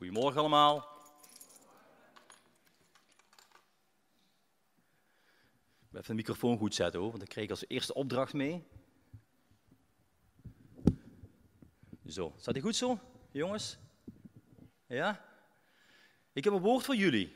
Goedemorgen allemaal. Even de microfoon goed zetten hoor, want ik kreeg als eerste opdracht mee. Zo, staat die goed zo, jongens? Ja? Ik heb een woord voor jullie.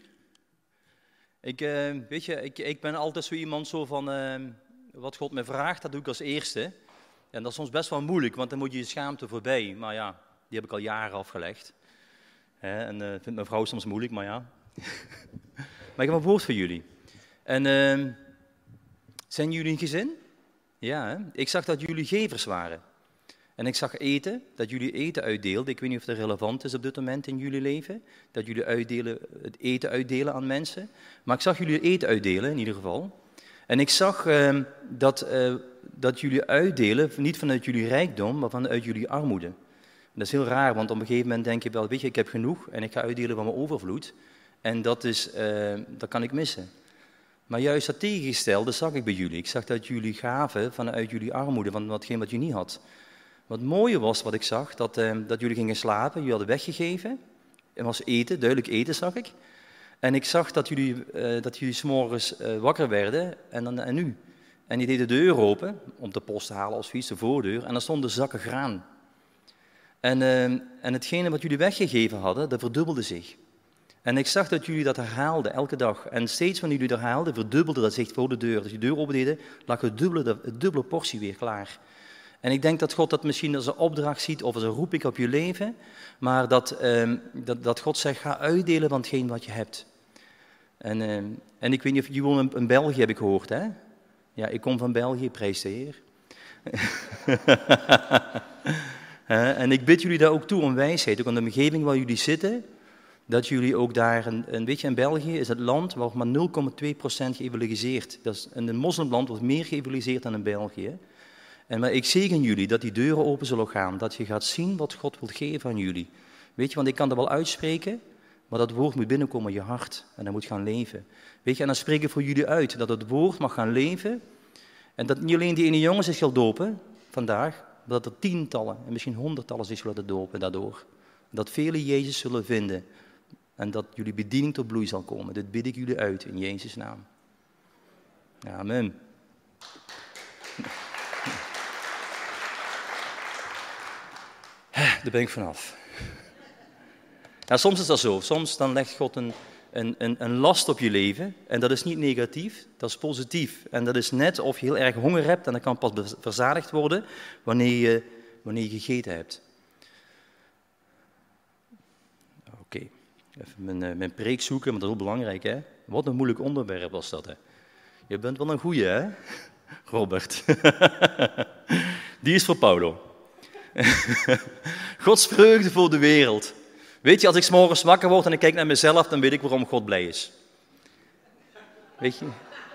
Ik ben altijd zo iemand zo van, wat God me vraagt, dat doe ik als eerste. En dat is soms best wel moeilijk, want dan moet je je schaamte voorbij. Maar ja, die heb ik al jaren afgelegd. En vindt mijn vrouw soms moeilijk, maar ja. Maar ik heb een woord voor jullie. En zijn jullie een gezin? Ja, hè? Ik zag dat jullie gevers waren. En ik zag eten, dat jullie eten uitdeelden. Ik weet niet of dat relevant is op dit moment in jullie leven. Dat jullie het eten uitdelen aan mensen. Maar ik zag jullie eten uitdelen in ieder geval. En ik zag dat jullie uitdelen, niet vanuit jullie rijkdom, maar vanuit jullie armoede. Dat is heel raar, want op een gegeven moment denk je wel, weet je, ik heb genoeg en ik ga uitdelen van mijn overvloed. En dat kan ik missen. Maar juist dat tegengestelde zag ik bij jullie. Ik zag dat jullie gaven vanuit jullie armoede, van watgeen wat je niet had. Wat mooie was wat ik zag, dat jullie gingen slapen, jullie hadden weggegeven. Er was eten, duidelijk eten zag ik. En ik zag dat jullie 's morgens wakker werden en nu. En die deden de deur open, om de post te halen als fiets, de voordeur. En daar stonden zakken graan. En hetgene wat jullie weggegeven hadden, dat verdubbelde zich. En ik zag dat jullie dat herhaalden elke dag. En steeds wanneer jullie dat herhaalden, verdubbelde dat zich voor de deur. Als je de deur opendeden, lag het dubbele portie weer klaar. En ik denk dat God dat misschien als een opdracht ziet of als een roeping op je leven. Maar dat God zegt, ga uitdelen van hetgeen wat je hebt. En ik weet niet of je woont in België, heb ik gehoord, hè? Ja, ik kom van België, prijs de Heer. En ik bid jullie daar ook toe om wijsheid, ook aan de omgeving waar jullie zitten. Dat jullie ook daar, weet je, in België is het land waar maar 0,2% geëvangeliseerd. Dat is in een moslimland wordt meer geëvangeliseerd dan in België. Maar ik zegen jullie dat die deuren open zullen gaan, dat je gaat zien wat God wil geven aan jullie. Weet je, want ik kan dat wel uitspreken, maar dat woord moet binnenkomen in je hart en dat moet gaan leven. Weet je, en dan spreek ik voor jullie uit, dat het woord mag gaan leven. En dat niet alleen die ene jongen zich zal dopen vandaag, maar dat er tientallen en misschien honderdtallen zich zullen dopen daardoor. Dat velen Jezus zullen vinden en dat jullie bediening tot bloei zal komen. Dit bid ik jullie uit in Jezus' naam. Amen. Daar ben ik vanaf. Ja, soms is dat zo. Soms dan legt God een last op je leven. En dat is niet negatief, dat is positief. En dat is net of je heel erg honger hebt en dat kan pas verzadigd worden wanneer je gegeten hebt. Oké, even mijn preek zoeken, maar dat is heel belangrijk, hè. Wat een moeilijk onderwerp was dat, hè. Je bent wel een goeie, hè, Robert. Die is voor Paulo. Gods vreugde voor de wereld. Weet je, als ik 's morgens wakker word en ik kijk naar mezelf, dan weet ik waarom God blij is. Weet je?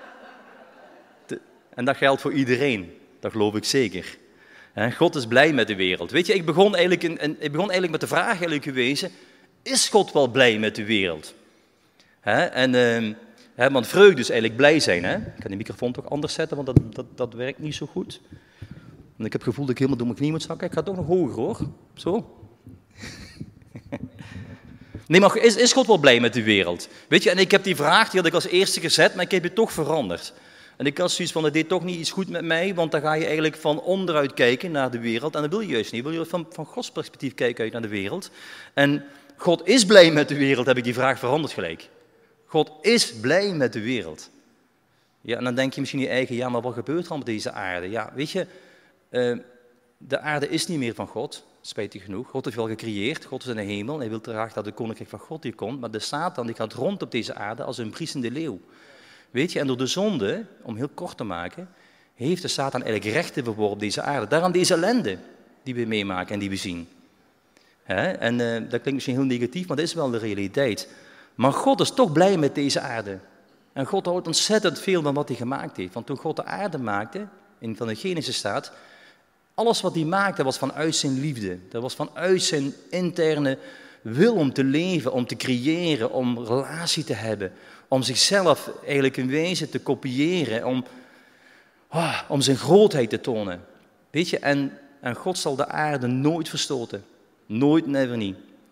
En dat geldt voor iedereen. Dat geloof ik zeker. God is blij met de wereld. Weet je, ik begon eigenlijk met de vraag eigenlijk gewezen, is God wel blij met de wereld? Want vreugde is eigenlijk blij zijn. Hè? Ik kan die microfoon toch anders zetten, want dat werkt niet zo goed. Want ik heb het gevoel dat ik helemaal door mijn knie moet zakken. Ik ga toch nog hoger, hoor. Zo. Nee, maar is God wel blij met de wereld? Weet je, en ik heb die vraag, die had ik als eerste gezet, maar ik heb het toch veranderd. En ik had zoiets van, dat deed toch niet iets goed met mij, want dan ga je eigenlijk van onderuit kijken naar de wereld. En dat wil je juist niet. Wil je van Gods perspectief kijken uit naar de wereld. En God is blij met de wereld, heb ik die vraag veranderd gelijk. God is blij met de wereld. Ja, en dan denk je misschien je eigen, ja, maar wat gebeurt er al met deze aarde? Ja, weet je, de aarde is niet meer van God, spijtig genoeg. God heeft wel gecreëerd, God is in de hemel en hij wil graag dat de koninkrijk van God hier komt. Maar de Satan die gaat rond op deze aarde als een briesende leeuw. Weet je, en door de zonde, om heel kort te maken, heeft de Satan eigenlijk rechten verworven op deze aarde. Daarom deze ellende die we meemaken en die we zien. En dat klinkt misschien heel negatief, maar dat is wel de realiteit. Maar God is toch blij met deze aarde. En God houdt ontzettend veel van wat hij gemaakt heeft. Want toen God de aarde maakte, van de Genesis staat, alles wat hij maakte was vanuit zijn liefde. Dat was vanuit zijn interne wil om te leven, om te creëren, om relatie te hebben. Om zichzelf eigenlijk in wezen te kopiëren, om zijn grootheid te tonen. Weet je, en God zal de aarde nooit verstoten. Nooit, never niet.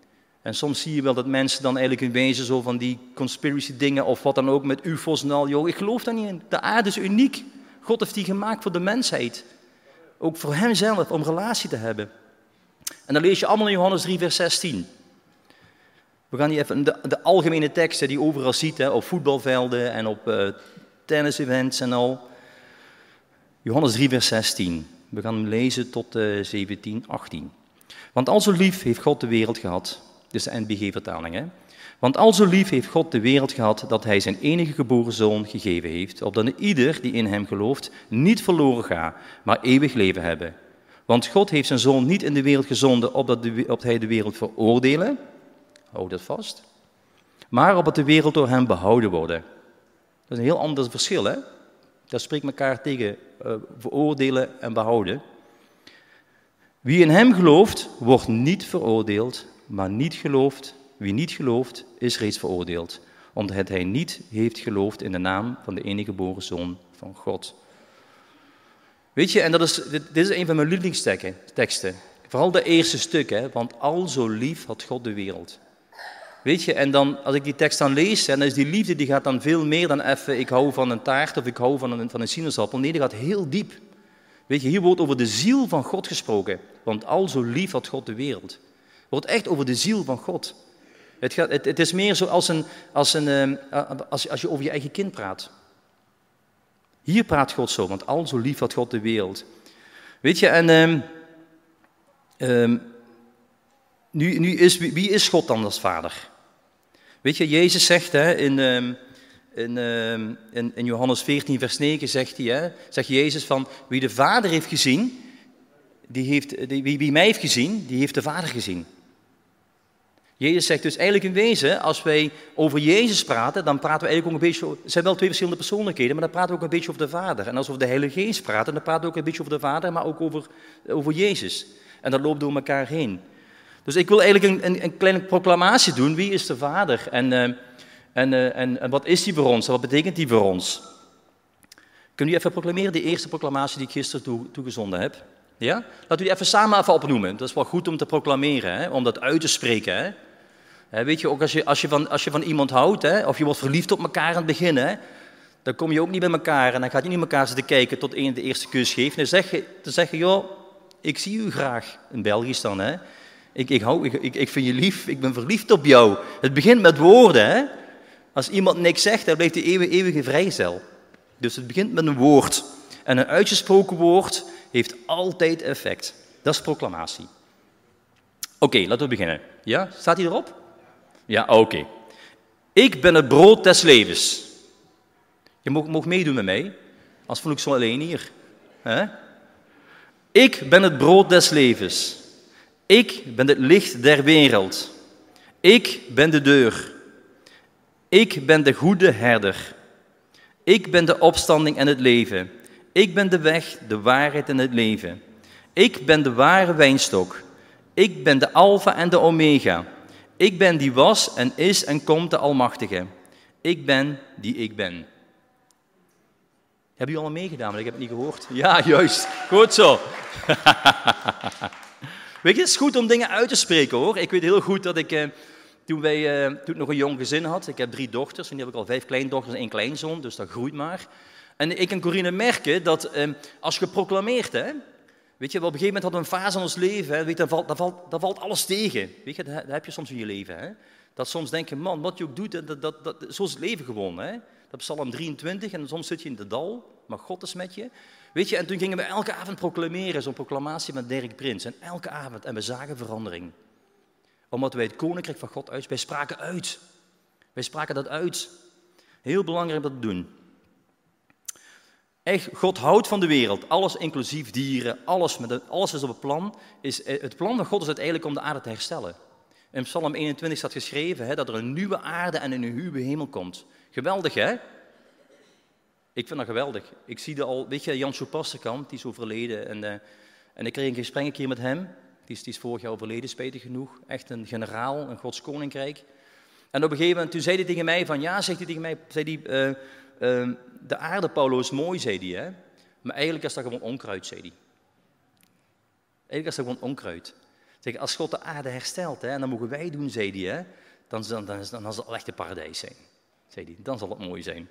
En soms zie je wel dat mensen dan eigenlijk in wezen zo van die conspiracy dingen of wat dan ook met ufo's en al. Joh, ik geloof daar niet in. De aarde is uniek. God heeft die gemaakt voor de mensheid. Ook voor hemzelf, om relatie te hebben. En dan lees je allemaal in Johannes 3, vers 16. We gaan hier even de algemene teksten die je overal ziet, hè, op voetbalvelden en op tennis-events en al. Johannes 3, vers 16. We gaan hem lezen tot 17, 18. Want al zo lief heeft God de wereld gehad. Dit is de NBG-vertaling, hè. Want al zo lief heeft God de wereld gehad dat hij zijn enige geboren zoon gegeven heeft, opdat ieder die in hem gelooft niet verloren gaat, maar eeuwig leven hebben. Want God heeft zijn zoon niet in de wereld gezonden opdat hij de wereld veroordelen, houd dat vast, maar opdat de wereld door hem behouden wordt. Dat is een heel ander verschil, hè. Dat spreekt elkaar tegen, veroordelen en behouden. Wie in hem gelooft, wordt niet veroordeeld, maar wie niet gelooft, is reeds veroordeeld, omdat hij niet heeft geloofd in de naam van de enige geboren Zoon van God. Weet je, en dit is een van mijn lievelingsteksten. Vooral de eerste stuk, hè, want al zo lief had God de wereld. Weet je, en dan, als ik die tekst dan lees, dan is die liefde, die gaat dan veel meer dan even, ik hou van een taart of ik hou van een sinaasappel. Nee, die gaat heel diep. Weet je, hier wordt over de ziel van God gesproken, want al zo lief had God de wereld. Het wordt echt over de ziel van God. Het is meer zo als je over je eigen kind praat. Hier praat God zo, want al zo lief had God de wereld. Weet je, en wie is God dan als vader? Weet je, Jezus zegt hè, in Johannes 14, vers 9, zegt Jezus van, wie de Vader heeft gezien, wie mij heeft gezien, die heeft de Vader gezien. Jezus zegt dus eigenlijk in wezen, als wij over Jezus praten, dan praten we eigenlijk ook een beetje, het zijn wel twee verschillende persoonlijkheden, maar dan praten we ook een beetje over de Vader. En als we over de Heilige Geest praten, dan praten we ook een beetje over de Vader, maar ook over Jezus. En dat loopt door elkaar heen. Dus ik wil eigenlijk een kleine proclamatie doen, wie is de Vader en wat is die voor ons en wat betekent die voor ons? Kunnen jullie even proclameren, die eerste proclamatie die ik gisteren toegezonden heb? Ja? Laten we die even samen opnoemen. Dat is wel goed om te proclameren, hè? Om dat uit te spreken. Hè? Weet je, ook als je van iemand houdt, hè? Of je wordt verliefd op elkaar aan het begin, hè? Dan kom je ook niet bij elkaar en dan gaat je niet naar elkaar zitten kijken tot één de eerste kus geeft. Dan zeg je, joh, ik zie u graag, in Belgisch dan, hè? Ik vind je lief, ik ben verliefd op jou. Het begint met woorden, hè? Als iemand niks zegt, dan blijft hij eeuwige vrijgezel. Dus het begint met een woord. En een uitgesproken woord heeft altijd effect. Dat is proclamatie. Oké, laten we beginnen. Ja, staat hij erop? Ja, oké. Ik ben het brood des levens. Je mag meedoen met mij, anders voel ik zo alleen hier. Hè? Ik ben het brood des levens. Ik ben het licht der wereld. Ik ben de deur. Ik ben de goede herder. Ik ben de opstanding en het leven. Ik ben de weg, de waarheid en het leven. Ik ben de ware wijnstok. Ik ben de Alpha en de Omega. Ik ben die was en is en komt, de Almachtige. Ik ben die ik ben. Hebben jullie al meegedaan, maar ik heb het niet gehoord? Ja, juist. Goed zo. Weet je, het is goed om dingen uit te spreken, hoor. Ik weet heel goed dat ik, toen ik nog een jong gezin had, ik heb 3 dochters, en nu heb ik al 5 kleindochters en 1 kleinzoon, dus dat groeit maar. En ik en Corine merken dat als je proclameert, hè, weet je, op een gegeven moment hadden we een fase in ons leven, hè, weet je, dan valt alles tegen. Weet je, dat heb je soms in je leven. Hè. Dat soms denk je, man, wat je ook doet, zo is het leven gewoon. Hè. Dat is Psalm 23 en soms zit je in de dal, maar God is met je. Weet je, en toen gingen we elke avond proclameren, zo'n proclamatie met Dirk Prins. En elke avond, en we zagen verandering. Omdat wij het koninkrijk van God wij spraken uit. Wij spraken dat uit. Heel belangrijk dat te doen. Echt, God houdt van de wereld, alles inclusief dieren, alles is op het plan. Het plan van God is uiteindelijk om de aarde te herstellen. In Psalm 21 staat geschreven hè, dat er een nieuwe aarde en een nieuwe hemel komt. Geweldig, hè? Ik vind dat geweldig. Ik zie dat al, weet je, Jan Soepassenkamp, die is overleden. En ik kreeg een gesprek een keer met hem. Die is vorig jaar overleden, spijtig genoeg. Echt een generaal, een Gods koninkrijk. En op een gegeven moment, toen zei hij tegen mij van, ja, zegt hij tegen mij, de aarde, Paulo, is mooi, zei hij. Hè? Maar eigenlijk is dat gewoon onkruid, zei hij. Eigenlijk is dat gewoon onkruid. Zeg, als God de aarde herstelt, hè, en dat mogen wij doen, zei hij, hè, dan zal het al echt een paradijs zijn. Zei hij, dan zal het mooi zijn.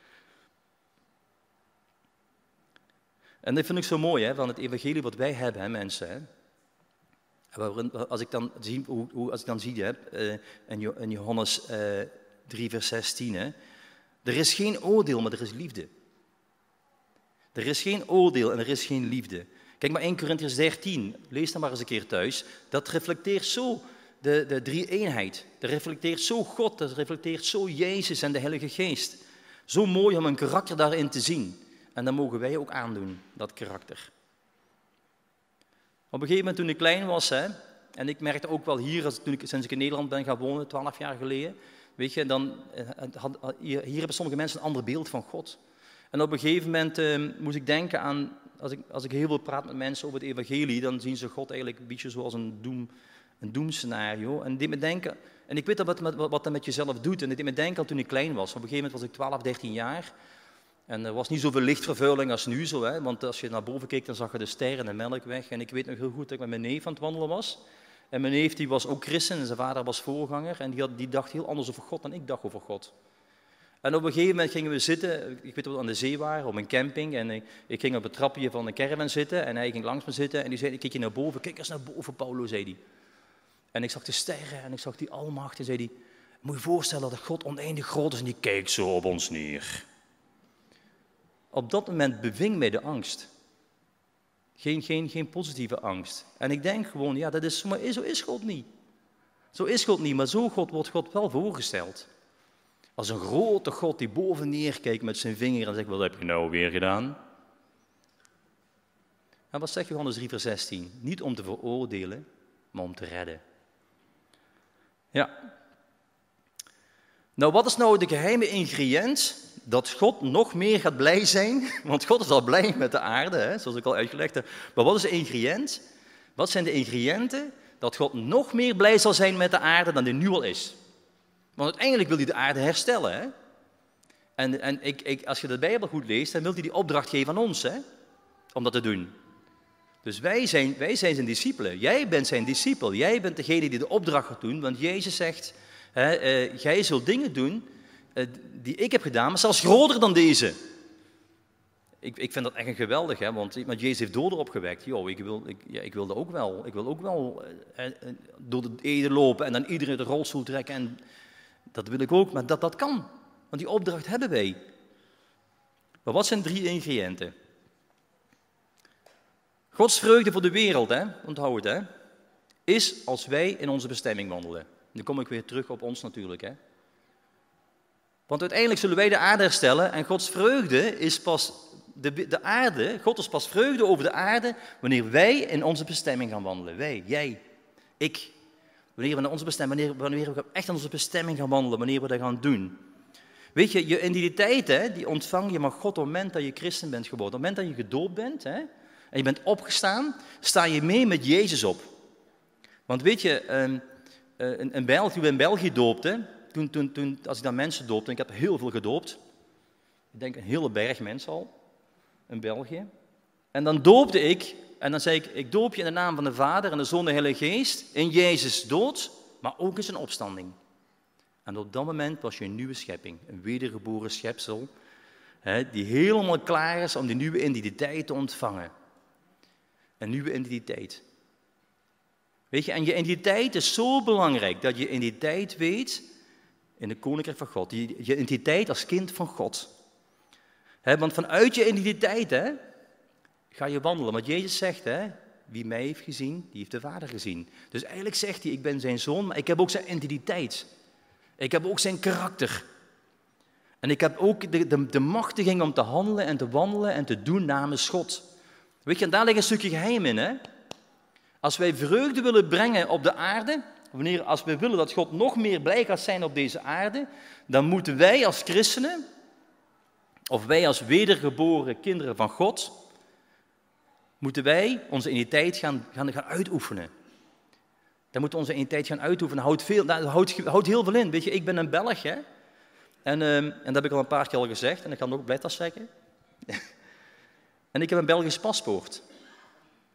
En dat vind ik zo mooi, hè, van het evangelie wat wij hebben, hè, mensen. Hè. Als ik dan zie, hè, in Johannes 3 vers 16, hè, er is geen oordeel, maar er is liefde. Er is geen oordeel en er is geen liefde. Kijk maar 1 Korintiërs 13, lees dat maar eens een keer thuis. Dat reflecteert zo de drie-eenheid. Dat reflecteert zo God, dat reflecteert zo Jezus en de Heilige Geest. Zo mooi om een karakter daarin te zien. En dat mogen wij ook aandoen, dat karakter. Op een gegeven moment toen ik klein was, hè, en ik merkte ook wel hier, sinds ik in Nederland ben gaan wonen, 12 jaar geleden, weet je, hier hebben sommige mensen een ander beeld van God. En op een gegeven moment moest ik denken aan, als ik heel veel praat met mensen over het evangelie, dan zien ze God eigenlijk een beetje zoals een doemscenario. En het deed me denken, en ik weet wat dat met jezelf doet, en het deed me denken aan toen ik klein was. Op een gegeven moment was ik 12, 13 jaar. En er was niet zoveel lichtvervuiling als nu zo, hè? Want als je naar boven keek, dan zag je de sterren en de melkweg. En ik weet nog heel goed dat ik met mijn neef aan het wandelen was. En mijn neef die was ook christen en zijn vader was voorganger. En die dacht heel anders over God dan ik dacht over God. En op een gegeven moment gingen we zitten, ik weet dat we aan de zee waren, op een camping. En ik ging op het trapje van de caravan zitten en hij ging langs me zitten. En die zei, kijk je naar boven, kijk eens naar boven, Paulo, zei hij. En ik zag de sterren en ik zag die almacht en zei hij, moet je voorstellen dat God oneindig groot is en die kijkt zo op ons neer. Op dat moment beving mij de angst. Geen positieve angst. En ik denk gewoon, ja, maar zo is God niet. Zo is God niet, maar zo wordt God wel voorgesteld. Als een grote God die boven neerkijkt met zijn vinger en zegt, wat heb je nou weer gedaan? En wat zegt Johannes 3 vers 16? Niet om te veroordelen, maar om te redden. Ja. Nou, wat is nou de geheime ingrediënt dat God nog meer gaat blij zijn? Want God is al blij met de aarde, hè, zoals ik al uitgelegd heb. Maar wat is de ingrediënt? Wat zijn de ingrediënten dat God nog meer blij zal zijn met de aarde dan hij nu al is? Want uiteindelijk wil hij de aarde herstellen. Hè? En als je de Bijbel goed leest, dan wil hij die opdracht geven aan ons, hè, om dat te doen. Dus wij zijn zijn discipelen. Jij bent zijn discipel. Jij bent degene die de opdracht gaat doen. Want Jezus zegt, jij zult dingen doen die ik heb gedaan, maar zelfs groter dan deze. Ik vind dat echt een geweldig, hè, want Jezus heeft doden opgewekt. Yo, ik wil dat ook wel. Ik wil ook wel door de Ede lopen en dan iedereen de rolstoel trekken. En dat wil ik ook, maar dat kan. Want die opdracht hebben wij. Maar wat zijn 3 ingrediënten? Gods vreugde voor de wereld, hè, onthoud het, hè, is als wij in onze bestemming wandelen. Nu kom ik weer terug op ons natuurlijk, hè. Want uiteindelijk zullen wij de aarde herstellen en Gods vreugde is pas de aarde, God is pas vreugde over de aarde wanneer wij in onze bestemming gaan wandelen. Wij, jij, ik. Wanneer we echt in onze bestemming gaan wandelen, wanneer we dat gaan doen. Weet je, je identiteit, hè, die ontvang je maar God op het moment dat je christen bent geworden. Op het moment dat je gedoopt bent, hè, en je bent opgestaan, sta je mee met Jezus op. Want weet je, toen we in België doopten, als ik dan mensen doopte, en ik heb heel veel gedoopt, ik denk een hele berg mensen al, in België. En dan doopte ik, en dan zei ik doop je in de naam van de Vader en de Zoon en de Heilige Geest, in Jezus dood, maar ook in zijn opstanding. En op dat moment was je een nieuwe schepping, een wedergeboren schepsel, die helemaal klaar is om die nieuwe identiteit te ontvangen. Een nieuwe identiteit. Weet je, en je identiteit is zo belangrijk dat je identiteit weet in de koninkrijk van God. Je identiteit als kind van God. Want vanuit je identiteit ga je wandelen. Want Jezus zegt, wie mij heeft gezien, die heeft de Vader gezien. Dus eigenlijk zegt hij, ik ben zijn zoon, maar ik heb ook zijn identiteit. Ik heb ook zijn karakter. En ik heb ook de machtiging om te handelen en te wandelen en te doen namens God. Weet je, en daar ligt een stukje geheim in, hè. Als wij vreugde willen brengen op de aarde, als we willen dat God nog meer blij gaat zijn op deze aarde, dan moeten wij als christenen, of wij als wedergeboren kinderen van God, moeten wij onze identiteit gaan uitoefenen. Dan moeten we onze identiteit gaan uitoefenen. Houdt heel veel in. Weet je, ik ben een Belg, hè. En dat heb ik al een paar keer al gezegd, en ik kan ook blij zeggen. En ik heb een Belgisch paspoort.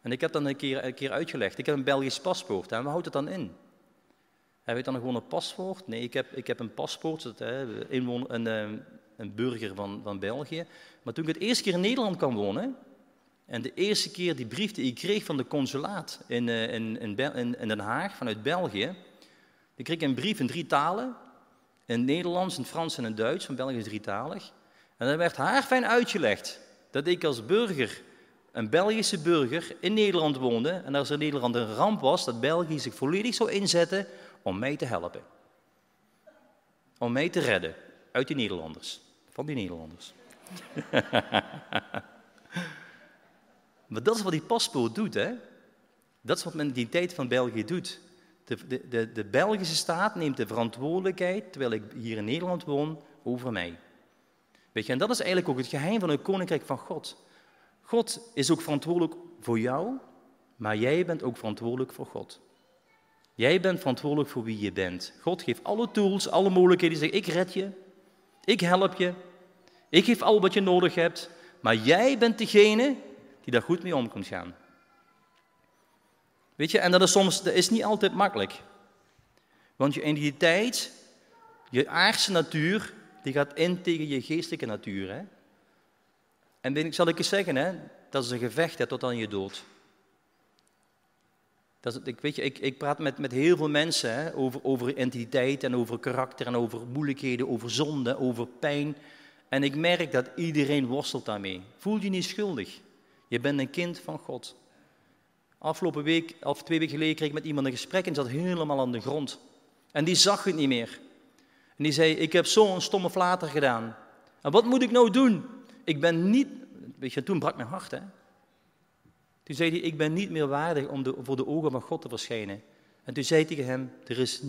En ik heb dat een keer uitgelegd. Ik heb een Belgisch paspoort. En wat houdt het dan in? Heb je dan gewoon een paspoort? Nee, ik heb een paspoort, een burger van België. Maar toen ik het eerste keer in Nederland kwam wonen, en de eerste keer die brief die ik kreeg van de consulaat in Den Haag, vanuit België, ik kreeg een brief in 3 talen, in het Nederlands, in het Frans en in het Duits, van België is 3-talig. En dan werd haarfijn uitgelegd dat ik als burger, een Belgische burger, in Nederland woonde, en als er in Nederland een ramp was, dat België zich volledig zou inzetten om mij te helpen. Om mij te redden uit die Nederlanders. Van die Nederlanders. Maar dat is wat die paspoort doet, hè. Dat is wat men in die tijd van België doet. De Belgische staat neemt de verantwoordelijkheid, terwijl ik hier in Nederland woon, over mij. Weet je, en dat is eigenlijk ook het geheim van het koninkrijk van God. God is ook verantwoordelijk voor jou, maar jij bent ook verantwoordelijk voor God. Jij bent verantwoordelijk voor wie je bent. God geeft alle tools, alle mogelijkheden. Hij zegt, ik red je, ik help je, ik geef al wat je nodig hebt, maar jij bent degene die daar goed mee om kunt gaan. Weet je, en dat is niet altijd makkelijk. Want je identiteit, je aardse natuur, die gaat in tegen je geestelijke natuur. Hè? En zal ik eens zeggen, hè, dat is een gevecht hè, tot aan je dood. Ik praat met heel veel mensen hè, over identiteit en over karakter en over moeilijkheden, over zonde, over pijn. En ik merk dat iedereen worstelt daarmee. Voel je niet schuldig. Je bent een kind van God. Afgelopen week, of 2 weken geleden, kreeg ik met iemand een gesprek en zat helemaal aan de grond. En die zag het niet meer. En die zei, ik heb zo'n stomme flater gedaan. En wat moet ik nou doen? Ik ben niet... Weet je, toen brak mijn hart, hè. Toen zei hij, ik ben niet meer waardig om voor de ogen van God te verschijnen. En toen zei hij tegen hem, er is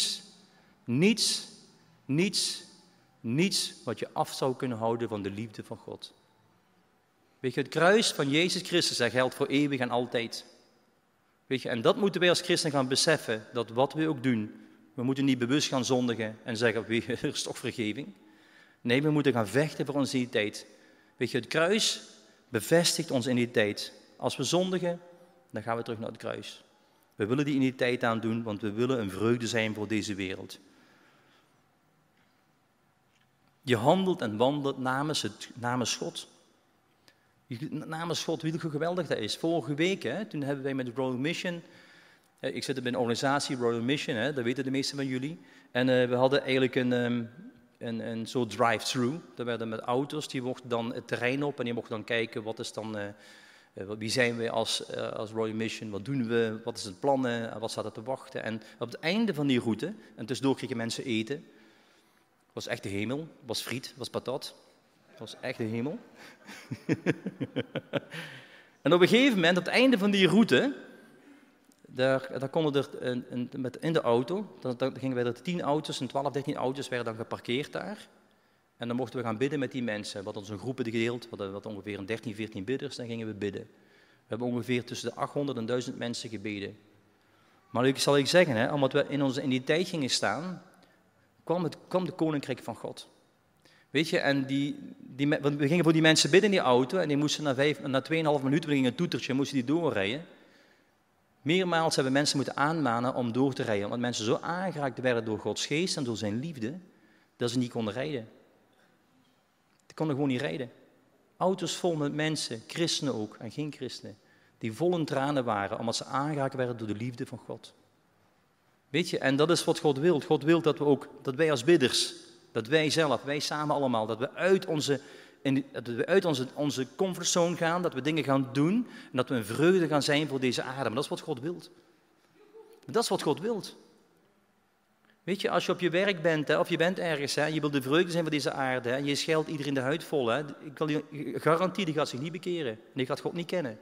niets wat je af zou kunnen houden van de liefde van God. Weet je, het kruis van Jezus Christus, dat geldt voor eeuwig en altijd. Weet je, en dat moeten wij als christenen gaan beseffen, dat wat we ook doen, we moeten niet bewust gaan zondigen en zeggen, er is toch vergeving. Nee, we moeten gaan vechten voor onze identiteit. Weet je, het kruis bevestigt onze identiteit. Als we zondigen, dan gaan we terug naar het kruis. We willen die identiteit aandoen, want we willen een vreugde zijn voor deze wereld. Je handelt en wandelt namens God. Namens God, weet je hoe geweldig dat is. Vorige week, hè, toen hebben wij met de Royal Mission, ik zit bij een organisatie, Royal Mission, hè, dat weten de meesten van jullie. En we hadden eigenlijk een soort drive-thru. Daar werden met auto's, die mochten dan het terrein op en die mochten dan kijken, wat is dan, wie zijn we als Royal Mission, wat doen we, wat is het plan, wat staat er te wachten. En op het einde van die route, en tussendoor kregen mensen eten, was echt de hemel, was friet, was patat. Dat was echt de hemel. En op een gegeven moment, op het einde van die route, daar konden er in de auto, dan gingen wij er 10 auto's, en 12, 13 auto's werden dan geparkeerd daar. En dan mochten we gaan bidden met die mensen. We hadden onze groepen gedeeld, we hadden ongeveer 13, 14 bidders, dan gingen we bidden. We hebben ongeveer tussen de 800 en 1000 mensen gebeden. Maar ik zal je zeggen, hè, omdat we in onze identiteit gingen staan, kwam de koninkrijk van God. Weet je, en we gingen voor die mensen bidden in die auto en die moesten na 2,5 minuten, we gingen een toetertje, moesten die doorrijden. Meermaals hebben mensen moeten aanmanen om door te rijden, omdat mensen zo aangeraakt werden door Gods geest en door zijn liefde, dat ze niet konden rijden. Die konden gewoon niet rijden. Auto's vol met mensen, christenen ook en geen christenen, die vol in tranen waren, omdat ze aangeraakt werden door de liefde van God. Weet je, en dat is wat God wil. God wil dat wij als bidders, dat wij zelf, wij samen allemaal, dat we uit onze comfortzone gaan, dat we dingen gaan doen en dat we een vreugde gaan zijn voor deze aarde. Maar dat is wat God wil. Dat is wat God wil. Weet je, als je op je werk bent, hè, of je bent ergens, hè, je wilt de vreugde zijn voor deze aarde, hè, en je scheldt iedereen de huid vol, hè, ik wil je garantie, die gaat zich niet bekeren. En die gaat God niet kennen.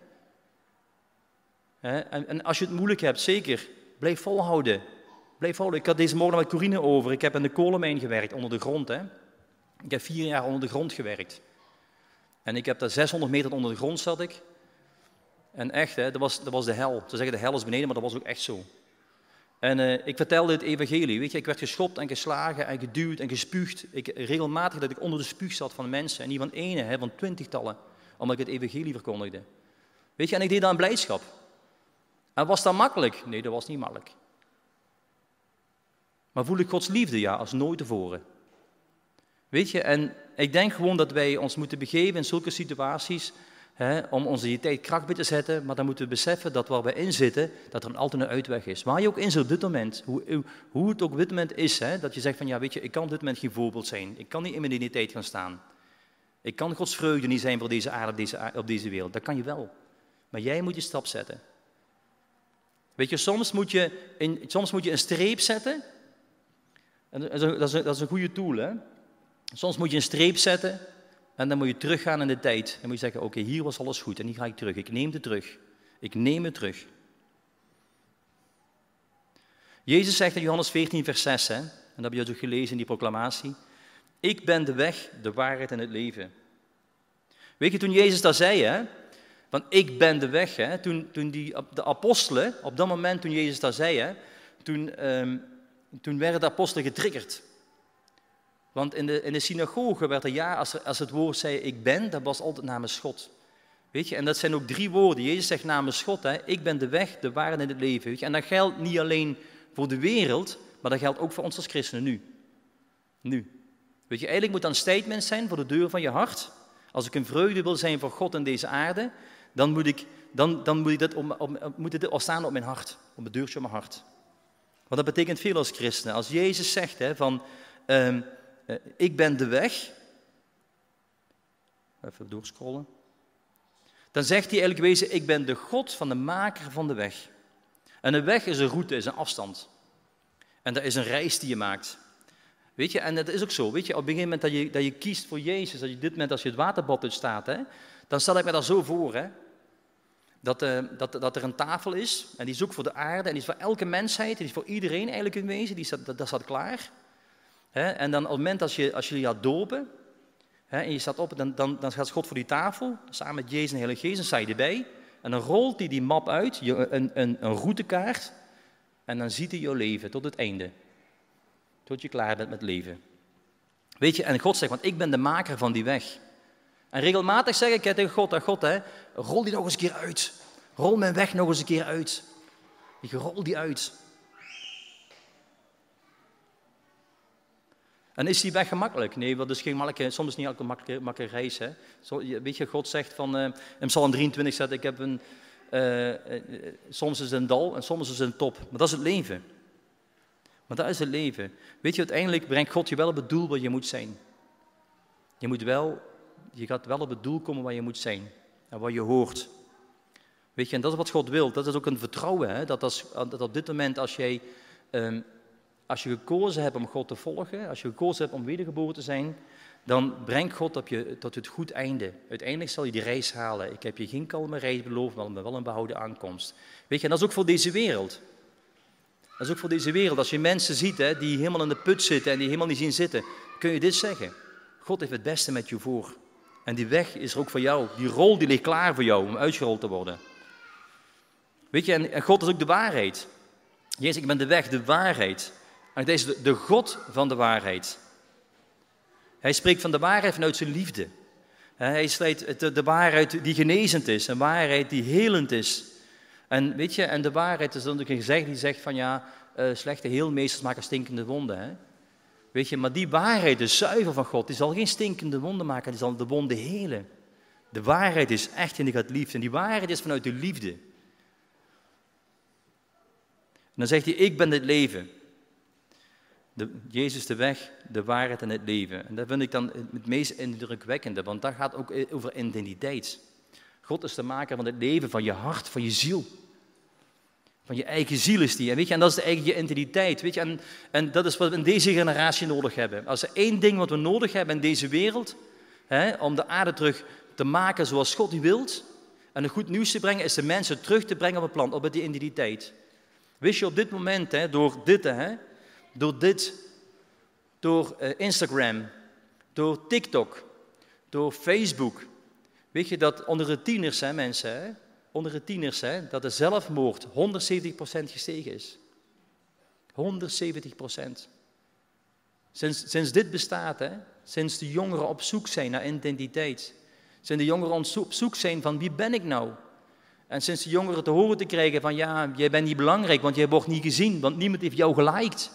En als je het moeilijk hebt, zeker, blijf volhouden. Blijf volhouden. Ik had deze morgen met Corine over. Ik heb in de kolenmijn gewerkt, onder de grond. Hè. Ik heb 4 jaar onder de grond gewerkt. En ik heb daar 600 meter onder de grond zat ik. En echt, hè, dat was de hel. Ze zeggen de hel is beneden, maar dat was ook echt zo. En ik vertelde het evangelie. Weet je, ik werd geschopt en geslagen en geduwd en gespuugd. Regelmatig dat ik onder de spuug zat van mensen. En niet van ene, hè, van 20-tallen. Omdat ik het evangelie verkondigde. Weet je, en ik deed dat in blijdschap. En was dat makkelijk? Nee, dat was niet makkelijk. Maar voel ik Gods liefde? Ja, als nooit tevoren. Weet je, en ik denk gewoon dat wij ons moeten begeven in zulke situaties, om onze identiteit kracht bij te zetten, maar dan moeten we beseffen dat waar we in zitten, dat er een altijd een uitweg is. Waar je ook in zit op dit moment, hoe het ook op dit moment is, dat je zegt van ja, weet je, ik kan op dit moment geen voorbeeld zijn. Ik kan niet in mijn identiteit gaan staan. Ik kan Gods vreugde niet zijn voor deze aarde, op deze wereld. Dat kan je wel. Maar jij moet je stap zetten. Weet je, soms moet je een streep zetten. En dat is een goede tool, hè. Soms moet je een streep zetten en dan moet je teruggaan in de tijd. Dan moet je zeggen, oké, hier was alles goed en hier ga ik terug. Ik neem het terug. Ik neem het terug. Jezus zegt in Johannes 14, vers 6, en dat heb je ook gelezen in die proclamatie. Ik ben de weg, de waarheid en het leven. Weet je, toen Jezus dat zei, van ik ben de weg, toen de apostelen, op dat moment toen Jezus dat zei, toen werden de apostelen getriggerd. Want in de synagoge werd er als het woord zei ik ben, dat was altijd namens God. Weet je, en dat zijn ook 3 woorden. Jezus zegt namens God, ik ben de weg, de waarheid en het leven. Weet je? En dat geldt niet alleen voor de wereld, maar dat geldt ook voor ons als christenen nu. Nu. Weet je, eigenlijk moet dat een statement zijn voor de deur van je hart. Als ik een vreugde wil zijn voor God en deze aarde, dan moet dit al staan op mijn hart, op het deurtje van mijn hart. Want dat betekent veel als christenen. Als Jezus zegt ik ben de weg, even doorscrollen, dan zegt hij eigenlijk wezen, ik ben de God van de maker van de weg. En een weg is een route, is een afstand. En dat is een reis die je maakt. Weet je, en dat is ook zo. Weet je, op een gegeven moment dat je kiest voor Jezus, dat je dit moment als je het waterbad uitstaat, dan stel ik me daar zo voor, dat er een tafel is, en die is ook voor de aarde, en die is voor elke mensheid, die is voor iedereen eigenlijk in wezen, dat staat klaar. En dan op het moment als je gaat dopen, en je staat op, dan gaat God voor die tafel, samen met Jezus en de Heilige Geest, en sta je erbij, en dan rolt hij die map uit, een routekaart, en dan ziet hij jouw leven tot het einde. Tot je klaar bent met leven. Weet je, en God zegt, want ik ben de maker van die weg. En regelmatig zeg ik tegen God, rol die nog eens een keer uit. Rol mijn weg nog eens een keer uit. Ik rol die uit. En is die weg gemakkelijk? Nee, dat is geen makkelijke, soms niet elke makkelijke reis. Weet je, God zegt in Psalm 23 staat, soms is het een dal en soms is het een top. Maar dat is het leven. Maar dat is het leven. Weet je, uiteindelijk brengt God je wel op het doel waar je moet zijn. Je gaat wel op het doel komen waar je moet zijn. En waar je hoort. Weet je, en dat is wat God wil. Dat is ook een vertrouwen. Dat op dit moment als je gekozen hebt om God te volgen, als je gekozen hebt om wedergeboren te zijn, dan brengt God op je tot het goed einde. Uiteindelijk zal je die reis halen. Ik heb je geen kalme reis beloofd, maar wel een behouden aankomst. Weet je, en dat is ook voor deze wereld. Dat is ook voor deze wereld. Als je mensen ziet die helemaal in de put zitten en die helemaal niet zien zitten, kun je dit zeggen. God heeft het beste met je voor. En die weg is er ook voor jou. Die rol die ligt klaar voor jou om uitgerold te worden. Weet je, en God is ook de waarheid. Jezus, ik ben de weg, de waarheid. En hij is de God van de waarheid. Hij spreekt van de waarheid vanuit zijn liefde. Hij spreekt de waarheid die genezend is, een waarheid die helend is. En weet je, en de waarheid is dan ook een gezegde die zegt van slechte heelmeesters maken stinkende wonden. Weet je, maar die waarheid, de zuiver van God, die zal geen stinkende wonden maken, die zal de wonden helen. De waarheid is echt en die gaat liefde. En die waarheid is vanuit de liefde. En dan zegt hij, ik ben het leven. Jezus de weg, de waarheid en het leven. En dat vind ik dan het meest indrukwekkende, want dat gaat ook over identiteit. God is de maker van het leven, van je hart, van je ziel. Van je eigen ziel is die. En weet je, en dat is eigenlijk je identiteit. Weet je, en dat is wat we in deze generatie nodig hebben. Als er één ding wat we nodig hebben in deze wereld, om de aarde terug te maken zoals God die wilt, en een goed nieuws te brengen, is de mensen terug te brengen op het plan, op die identiteit. Wist je op dit moment, door Instagram, door TikTok, door Facebook, weet je dat onder de tieners, dat de zelfmoord 170% gestegen is. 170%. Sinds dit bestaat, sinds de jongeren op zoek zijn naar identiteit. Sinds de jongeren op zoek zijn van wie ben ik nou? En sinds de jongeren te horen te krijgen van ja, jij bent niet belangrijk, want jij wordt niet gezien, want niemand heeft jou geliked.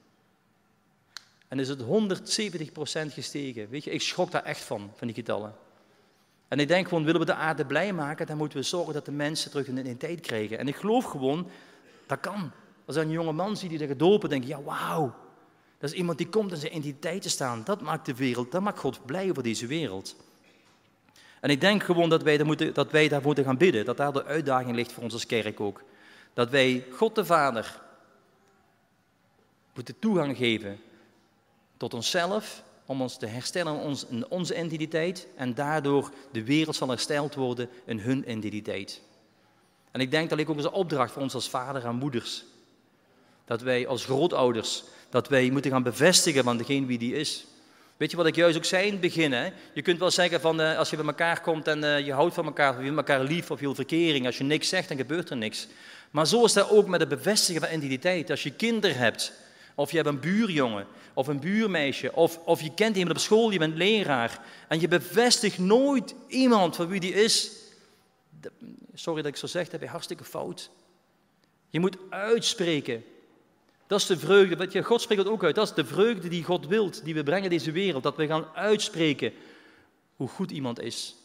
En is het 170% gestegen. Weet je, ik schrok daar echt van die getallen. En ik denk gewoon, willen we de aarde blij maken, dan moeten we zorgen dat de mensen terug een identiteit krijgen. En ik geloof gewoon, dat kan. Als ik een jonge man zie die er gedoopt, denk ik, ja wauw. Dat is iemand die komt in zijn identiteit te staan. Dat maakt de wereld, dat maakt God blij over deze wereld. En ik denk gewoon dat wij daar moeten gaan bidden. Dat daar de uitdaging ligt voor ons als kerk ook. Dat wij God de Vader moeten toegang geven tot onszelf, om ons te herstellen in onze identiteit. En daardoor de wereld zal hersteld worden in hun identiteit. En ik denk dat ik ook als opdracht voor ons als vader en moeders. Dat wij als grootouders, dat wij moeten gaan bevestigen van degene wie die is. Weet je wat ik juist ook zei in het begin? Hè? Je kunt wel zeggen van als je bij elkaar komt en je houdt van elkaar, of je hebt elkaar lief of je wil verkering. Als je niks zegt, dan gebeurt er niks. Maar zo is dat ook met het bevestigen van identiteit. Als je kinderen hebt, of je hebt een buurjongen, of een buurmeisje, of je kent iemand op school, je bent leraar. En je bevestigt nooit iemand van wie die is. Sorry dat ik zo zeg, dat heb je hartstikke fout. Je moet uitspreken. Dat is de vreugde, weet je, God spreekt dat ook uit. Dat is de vreugde die God wilt, die we brengen in deze wereld. Dat we gaan uitspreken hoe goed iemand is.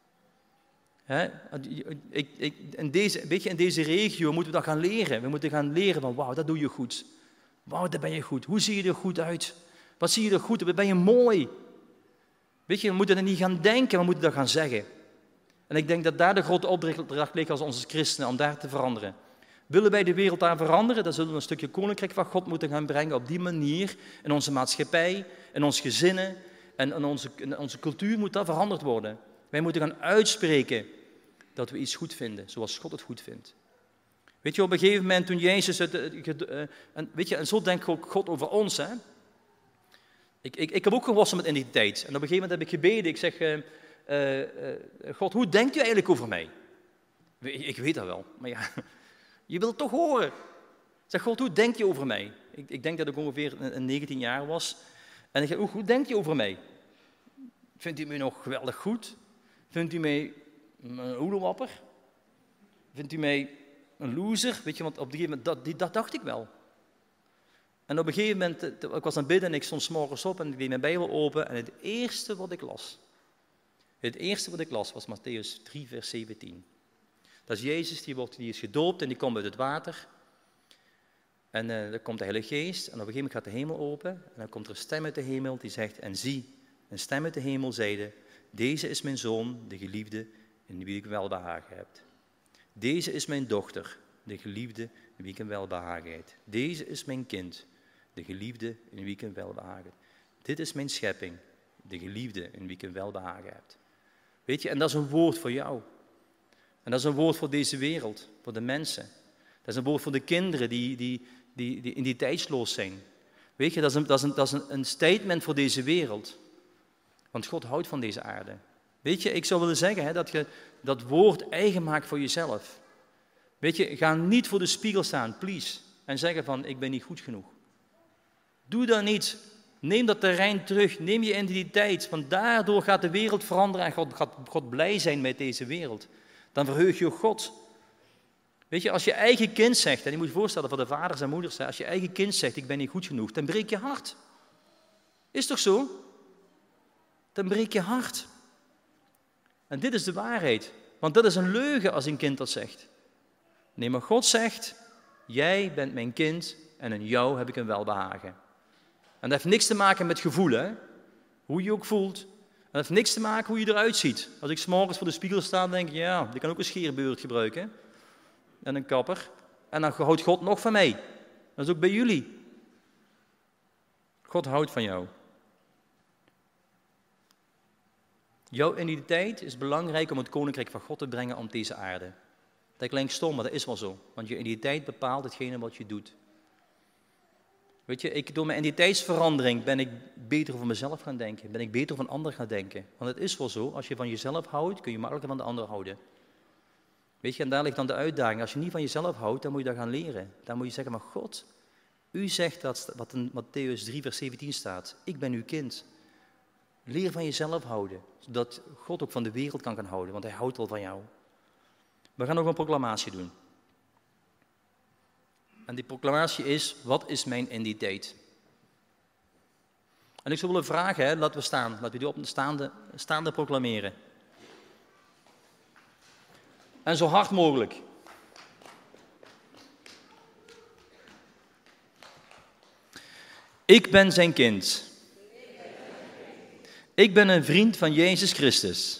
In deze regio moeten we dat gaan leren. We moeten gaan leren van, wauw, dat doe je goed. Wauw, daar ben je goed. Hoe zie je er goed uit? Wat zie je er goed uit? Ben je mooi? Weet je, we moeten er niet gaan denken, we moeten dat gaan zeggen. En ik denk dat daar de grote opdracht ligt als onze christenen, om daar te veranderen. Willen wij de wereld daar veranderen, dan zullen we een stukje koninkrijk van God moeten gaan brengen op die manier. In onze maatschappij, in onze gezinnen en in onze cultuur moet dat veranderd worden. Wij moeten gaan uitspreken dat we iets goed vinden, zoals God het goed vindt. Weet je, op een gegeven moment toen Jezus en zo denkt God over ons. Hè? Ik heb ook geworsteld met identiteit. En op een gegeven moment heb ik gebeden, ik zeg, God, hoe denkt u eigenlijk over mij? Ik weet dat wel, maar ja, je wilt het toch horen. Ik zeg, God, hoe denk je over mij? Ik denk dat ik ongeveer 19 jaar was. En ik zeg, hoe denkt je over mij? Vindt u mij nog geweldig goed? Vindt u mij een hoelenwapper? Vindt u mij een loser? Weet je, want op een gegeven moment, dat dacht ik wel. En op een gegeven moment, ik was aan het bidden en ik stond 's morgens op en ik deed mijn Bijbel open. En het eerste wat ik las was Mattheüs 3, vers 17. Dat is Jezus, die is gedoopt en die komt uit het water. En dan komt de Heilige Geest en op een gegeven moment gaat de hemel open. En dan komt er een stem uit de hemel die zegt, en zie, een stem uit de hemel zeide, deze is mijn zoon, de geliefde, in wie ik welbehagen heb. Deze is mijn dochter, de geliefde, in wie ik een welbehagen heb. Deze is mijn kind, de geliefde, in wie ik een welbehagen heb. Dit is mijn schepping, de geliefde, in wie ik een welbehagen heb. Weet je, en dat is een woord voor jou. En dat is een woord voor deze wereld, voor de mensen. Dat is een woord voor de kinderen die identiteitsloos zijn. Weet je, dat is een statement voor deze wereld. Want God houdt van deze aarde. Weet je, ik zou willen zeggen hè, dat je dat woord eigen maakt voor jezelf. Weet je, ga niet voor de spiegel staan, please. En zeggen van, ik ben niet goed genoeg. Doe dat niet. Neem dat terrein terug. Neem je identiteit. Want daardoor gaat de wereld veranderen en gaat God blij zijn met deze wereld. Dan verheug je God. Weet je, als je eigen kind zegt, en je moet je voorstellen voor de vaders en moeders, als je eigen kind zegt, ik ben niet goed genoeg, dan breek je hart. Is toch zo? Dan breek je hart. En dit is de waarheid. Want dat is een leugen als een kind dat zegt. Nee, maar God zegt, jij bent mijn kind en in jou heb ik een welbehagen. En dat heeft niks te maken met gevoelen, hoe je ook voelt. En dat heeft niks te maken hoe je eruit ziet. Als ik 's morgens voor de spiegel sta, dan denk ik, ja, die kan ook een scheerbeurt gebruiken. En een kapper. En dan houdt God nog van mij. Dat is ook bij jullie. God houdt van jou. Jouw identiteit is belangrijk om het koninkrijk van God te brengen op deze aarde. Dat klinkt stom, maar dat is wel zo. Want je identiteit bepaalt hetgene wat je doet. Weet je, door mijn identiteitsverandering ben ik beter over mezelf gaan denken. Ben ik beter over een ander gaan denken. Want het is wel zo, als je van jezelf houdt, kun je makkelijker van de ander houden. Weet je, en daar ligt dan de uitdaging. Als je niet van jezelf houdt, dan moet je dat gaan leren. Dan moet je zeggen, maar God, u zegt dat wat in Mattheüs 3 vers 17 staat. Ik ben uw kind. Leer van jezelf houden, zodat God ook van de wereld kan gaan houden, want hij houdt wel van jou. We gaan nog een proclamatie doen. En die proclamatie is, wat is mijn identiteit? En ik zou willen vragen, laten we staan. Laten we die op de staande proclameren. En zo hard mogelijk. Ik ben zijn kind. Ik ben een vriend van Jezus Christus.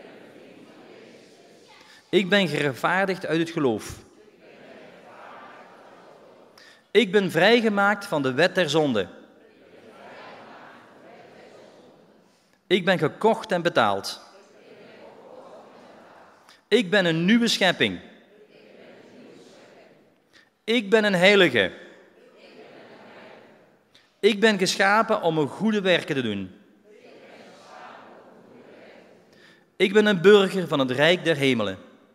Ik ben gerechtvaardigd uit het geloof. Ik ben vrijgemaakt van de wet der zonde. Ik ben gekocht en betaald. Ik ben een nieuwe schepping. Ik ben een heilige. Ik ben geschapen om een goede werken te doen. Ik ben een burger van het Rijk der Hemelen.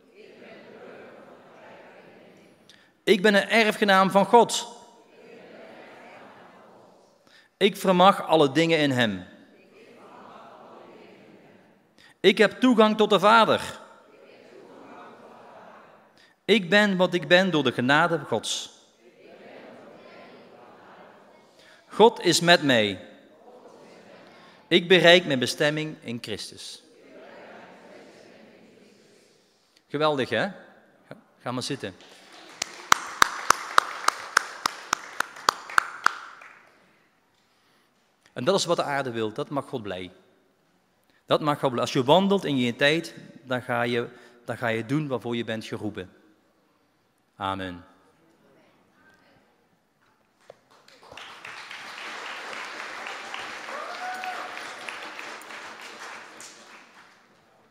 Ik ben een erfgenaam van God. Ik vermag alle dingen in Hem. Ik heb toegang tot de Vader. Ik ben wat ik ben door de genade Gods. God is met mij. Ik bereik mijn bestemming in Christus. Geweldig, hè? Ga maar zitten. En dat is wat de aarde wil. Dat mag God blij. Dat mag God blij. Als je wandelt in je tijd, dan ga je doen waarvoor je bent geroepen. Amen.